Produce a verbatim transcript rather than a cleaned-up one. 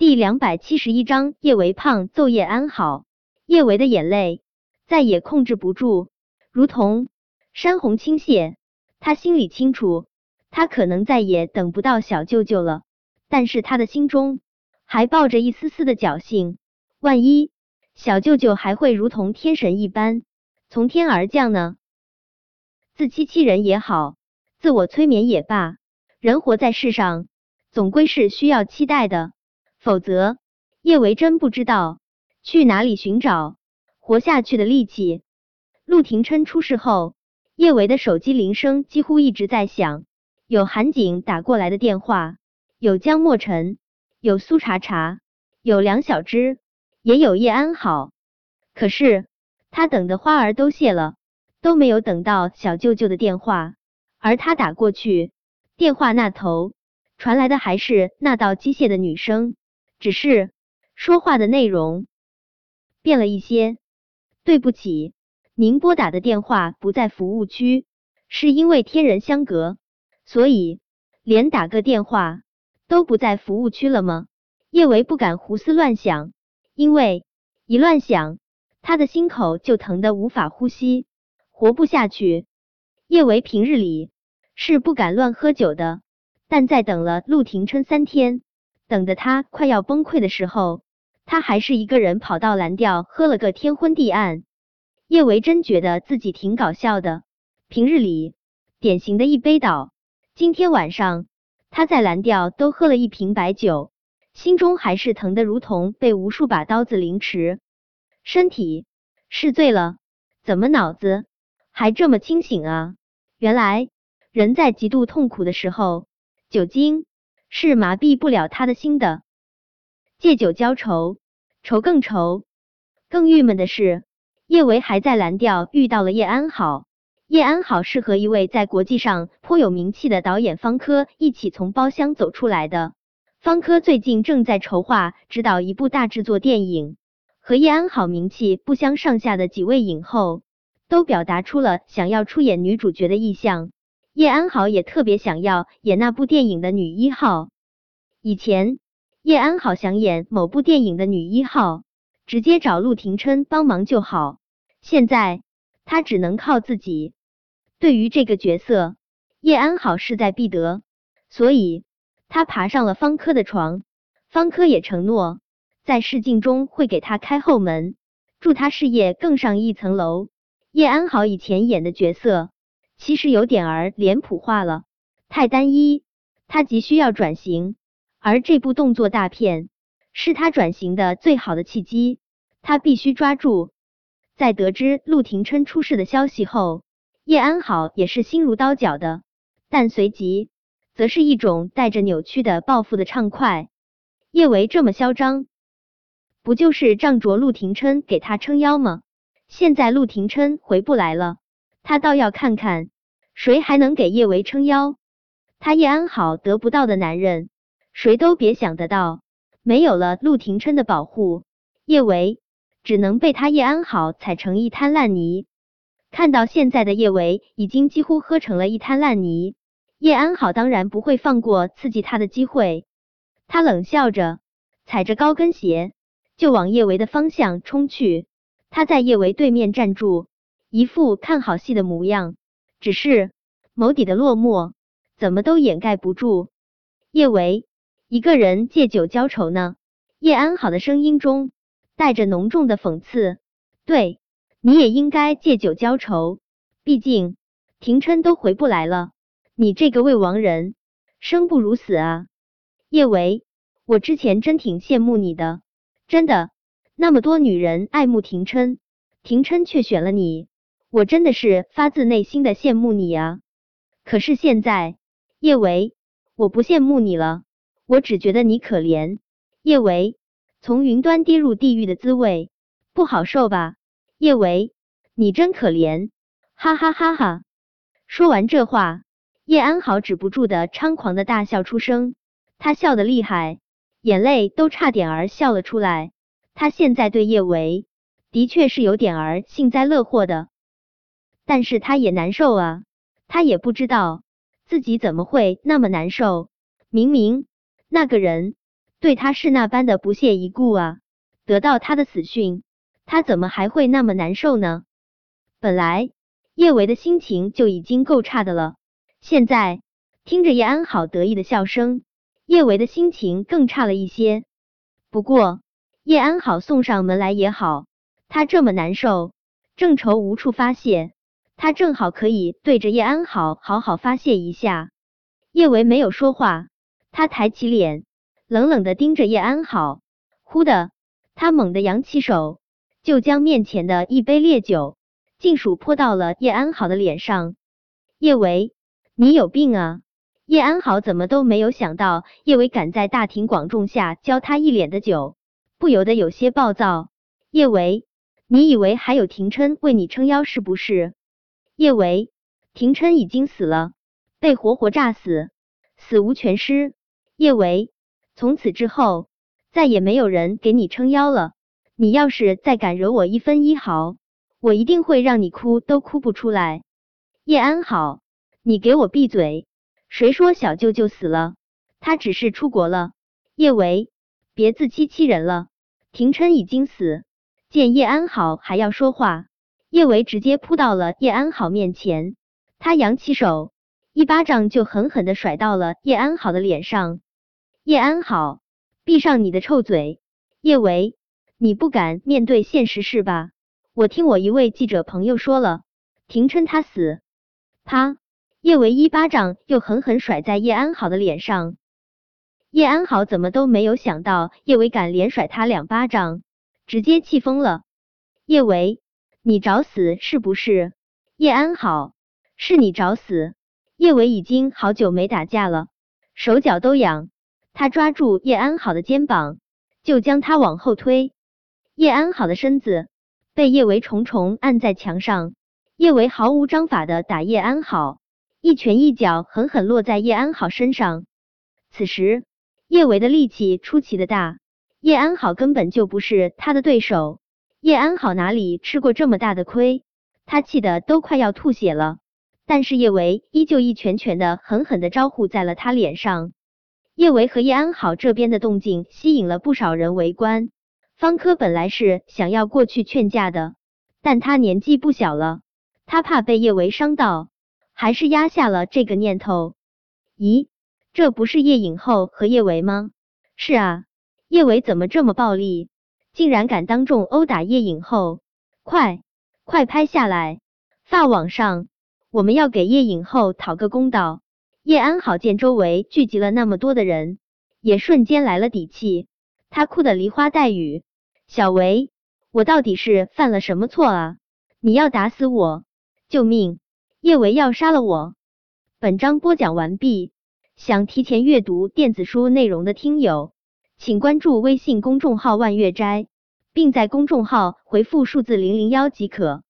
第两百七十一章叶维胖揍叶安好。叶维的眼泪再也控制不住，如同山洪倾泻。他心里清楚，他可能再也等不到小舅舅了，但是他的心中还抱着一丝丝的侥幸，万一小舅舅还会如同天神一般从天而降呢？自欺欺人也好，自我催眠也罢，人活在世上，总归是需要期待的，否则叶维真不知道去哪里寻找活下去的力气。陆廷琛出事后，叶维的手机铃声几乎一直在响，有韩景打过来的电话，有江墨尘，有苏茶茶，有梁小芝，也有叶安好。可是他等的花儿都谢了，都没有等到小舅舅的电话，而他打过去，电话那头传来的还是那道机械的女声，只是说话的内容变了一些。对不起，您拨打的电话不在服务区，是因为天人相隔，所以连打个电话都不在服务区了吗？叶维不敢胡思乱想，因为一乱想，他的心口就疼得无法呼吸，活不下去。叶维平日里是不敢乱喝酒的，但在等了陆廷琛三天，等得他快要崩溃的时候，他还是一个人跑到蓝调喝了个天昏地暗。叶维真觉得自己挺搞笑的，平日里典型的一杯倒，今天晚上他在蓝调都喝了一瓶白酒，心中还是疼得如同被无数把刀子凌迟，身体是醉了，怎么脑子还这么清醒啊？原来人在极度痛苦的时候，酒精是麻痹不了他的心的。借酒浇愁，愁更愁。更郁闷的是，叶维还在蓝调遇到了叶安好。叶安好是和一位在国际上颇有名气的导演方科一起从包厢走出来的。方科最近正在筹划指导一部大制作电影，和叶安好名气不相上下的几位影后都表达出了想要出演女主角的意向。叶安好也特别想要演那部电影的女一号。以前叶安好想演某部电影的女一号，直接找陆廷琛帮忙就好，现在他只能靠自己。对于这个角色，叶安好势在必得，所以他爬上了方科的床。方科也承诺在试镜中会给他开后门，助他事业更上一层楼。叶安好以前演的角色其实有点儿脸谱化了，太单一，他急需要转型，而这部动作大片是他转型的最好的契机，他必须抓住。在得知陆廷琛出事的消息后，叶安好也是心如刀绞的，但随即则是一种带着扭曲的报复的畅快。叶维这么嚣张，不就是仗着陆廷琛给他撑腰吗？现在陆廷琛回不来了，他倒要看看谁还能给叶维撑腰。他叶安好得不到的男人，谁都别想得到。没有了陆廷琛的保护，叶维只能被他叶安好踩成一滩烂泥。看到现在的叶维已经几乎喝成了一滩烂泥，叶安好当然不会放过刺激他的机会。他冷笑着，踩着高跟鞋就往叶维的方向冲去。他在叶维对面站住，一副看好戏的模样，只是眸底的落寞怎么都掩盖不住。叶维一个人借酒浇愁呢？叶安好的声音中带着浓重的讽刺。对，你也应该借酒浇愁，毕竟廷琛都回不来了，你这个未亡人，生不如死啊！叶维，我之前真挺羡慕你的，真的，那么多女人爱慕廷琛，廷琛却选了你，我真的是发自内心的羡慕你啊！可是现在，叶维，我不羡慕你了，我只觉得你可怜。叶维，从云端跌入地狱的滋味不好受吧？叶维，你真可怜，哈哈哈哈！说完这话，叶安好止不住的猖狂的大笑出声，他笑得厉害，眼泪都差点儿笑了出来。他现在对叶维的确是有点儿幸灾乐祸的，但是他也难受啊，他也不知道自己怎么会那么难受，明明那个人对他是那般的不屑一顾啊。得到他的死讯，他怎么还会那么难受呢？本来叶维的心情就已经够差的了，现在听着叶安好得意的笑声，叶维的心情更差了一些。不过叶安好送上门来也好，他这么难受，正愁无处发泄，他正好可以对着叶安好好好发泄一下。叶维没有说话，他抬起脸，冷冷的盯着叶安好。忽的，他猛地扬起手，就将面前的一杯烈酒尽数泼到了叶安好的脸上。叶维，你有病啊！叶安好怎么都没有想到叶维敢在大庭广众下浇他一脸的酒，不由得有些暴躁。叶维，你以为还有廷琛为你撑腰是不是？叶维，廷琛已经死了，被活活炸死，死无全尸。叶维，从此之后再也没有人给你撑腰了，你要是再敢惹我一分一毫，我一定会让你哭都哭不出来。叶安好，你给我闭嘴！谁说小舅舅死了？他只是出国了。叶维，别自欺欺人了，廷琛已经死。见叶安好还要说话，叶维直接扑到了叶安好面前，他扬起手，一巴掌就狠狠的甩到了叶安好的脸上。叶安好，闭上你的臭嘴！叶维，你不敢面对现实是吧？我听我一位记者朋友说了，廷琛他死。啪！叶维一巴掌又狠狠甩在叶安好的脸上。叶安好怎么都没有想到叶维敢连甩他两巴掌，直接气疯了。叶维，你找死是不是？叶安好，是你找死。叶维已经好久没打架了，手脚都痒，他抓住叶安好的肩膀，就将他往后推。叶安好的身子被叶维重重按在墙上，叶维毫无章法的打叶安好，一拳一脚狠狠落在叶安好身上。此时叶维的力气出奇的大，叶安好根本就不是他的对手。叶安好哪里吃过这么大的亏，他气得都快要吐血了，但是叶维依旧一拳拳的狠狠的招呼在了他脸上。叶维和叶安好这边的动静吸引了不少人围观。方科本来是想要过去劝架的，但他年纪不小了，他怕被叶维伤到，还是压下了这个念头。咦，这不是叶影后和叶维吗？是啊，叶维怎么这么暴力，竟然敢当众殴打叶影后？快快拍下来，发网上，我们要给叶影后讨个公道。叶安好见周围聚集了那么多的人，也瞬间来了底气，他哭得梨花带雨。小维，我到底是犯了什么错啊？你要打死我！救命！叶维要杀了我！本章播讲完毕。想提前阅读电子书内容的听友，请关注微信公众号万月斋，并在公众号回复数字零零一即可。